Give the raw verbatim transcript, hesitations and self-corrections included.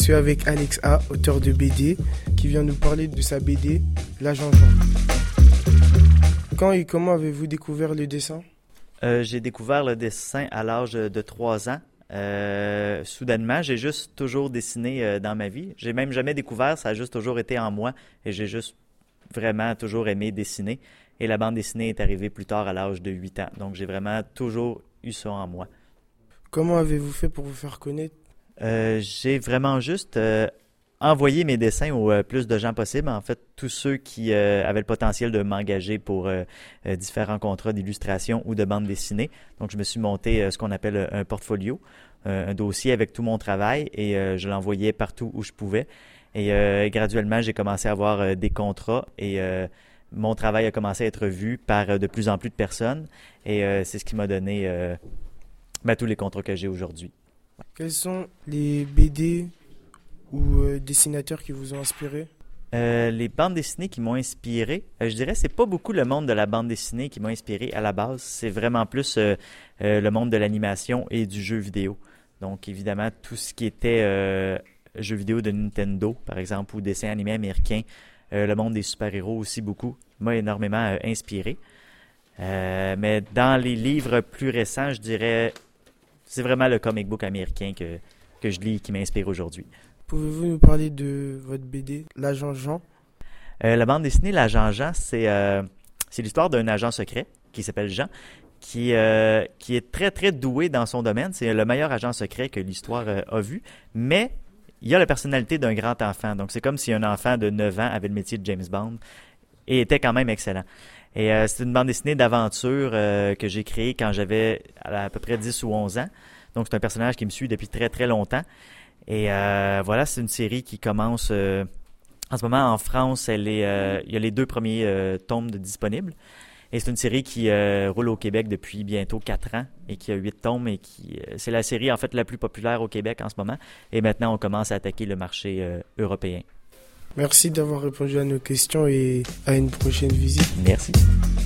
suis avec Alex A, auteur de B D, qui vient nous parler de sa B D, L'Agent Jean. Quand et comment avez-vous découvert le dessin? Euh, j'ai découvert le dessin à l'âge de trois ans. Euh, soudainement, j'ai juste toujours dessiné euh, dans ma vie. J'ai même jamais découvert, ça a juste toujours été en moi et j'ai juste vraiment toujours aimé dessiner. Et la bande dessinée est arrivée plus tard à l'âge de huit ans. Donc j'ai vraiment toujours eu ça en moi. Comment avez-vous fait pour vous faire connaître? Euh, j'ai vraiment juste euh, envoyé mes dessins au euh, plus de gens possible. En fait, tous ceux qui euh, avaient le potentiel de m'engager pour euh, euh, différents contrats d'illustration ou de bande dessinée. Donc, je me suis monté euh, ce qu'on appelle un portfolio, euh, un dossier avec tout mon travail et euh, je l'envoyais partout où je pouvais. Et euh, graduellement, j'ai commencé à avoir euh, des contrats et euh, mon travail a commencé à être vu par euh, de plus en plus de personnes. Et euh, c'est ce qui m'a donné euh, ben, tous les contrats que j'ai aujourd'hui. Quels sont les B D ou euh, dessinateurs qui vous ont inspiré? Euh, les bandes dessinées qui m'ont inspiré, euh, je dirais que c'est pas beaucoup le monde de la bande dessinée qui m'a inspiré à la base. C'est vraiment plus euh, euh, le monde de l'animation et du jeu vidéo. Donc évidemment, tout ce qui était euh, jeux vidéo de Nintendo, par exemple, ou dessins animés américains, euh, le monde des super-héros aussi beaucoup, m'a énormément euh, inspiré. Euh, mais dans les livres plus récents, je dirais... C'est vraiment le comic book américain que, que je lis qui m'inspire aujourd'hui. Pouvez-vous nous parler de votre B D, L'Agent Jean? Euh, la bande dessinée L'Agent Jean, c'est, euh, c'est l'histoire d'un agent secret qui s'appelle Jean, qui, euh, qui est très, très doué dans son domaine. C'est le meilleur agent secret que l'histoire euh, a vu, mais il a la personnalité d'un grand enfant. Donc, c'est comme si un enfant de neuf ans avait le métier de James Bond et était quand même excellent. Et euh, c'est une bande dessinée d'aventure euh, que j'ai créée quand j'avais à, à peu près dix ou onze ans. Donc, c'est un personnage qui me suit depuis très, très longtemps. Et euh, voilà, c'est une série qui commence... Euh, en ce moment, en France, elle est, euh, il y a les deux premiers euh, tomes de disponibles. Et c'est une série qui euh, roule au Québec depuis bientôt quatre ans et qui a huit tomes. Et qui euh, c'est la série, en fait, la plus populaire au Québec en ce moment. Et maintenant, on commence à attaquer le marché euh, européen. Merci d'avoir répondu à nos questions et à une prochaine visite. Merci.